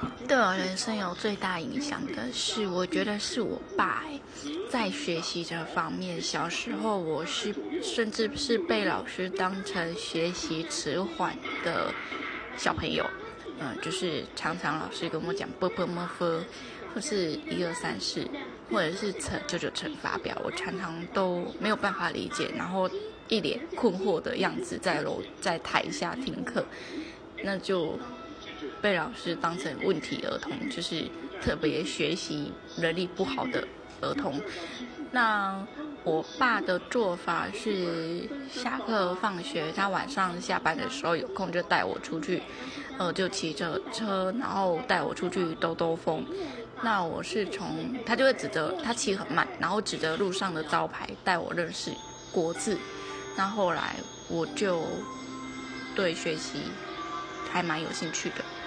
对我人生有最大影响的是，我觉得是我爸在学习这方面。小时候我是甚至是被老师当成学习迟缓的小朋友，就是常常老师跟我讲 b p m f， 或是1 2 3 4，或者是九乘法表，我常常都没有办法理解，然后一脸困惑的样子在台下听课，那就被老师当成问题儿童，就是特别学习能力不好的儿童。那我爸的做法是，下课放学，他晚上下班的时候有空就带我出去，就骑着车，然后带我出去兜兜风。那我是他就会指着他骑很慢，然后指着路上的招牌带我认识国字。那后来我就对学习还蛮有兴趣的。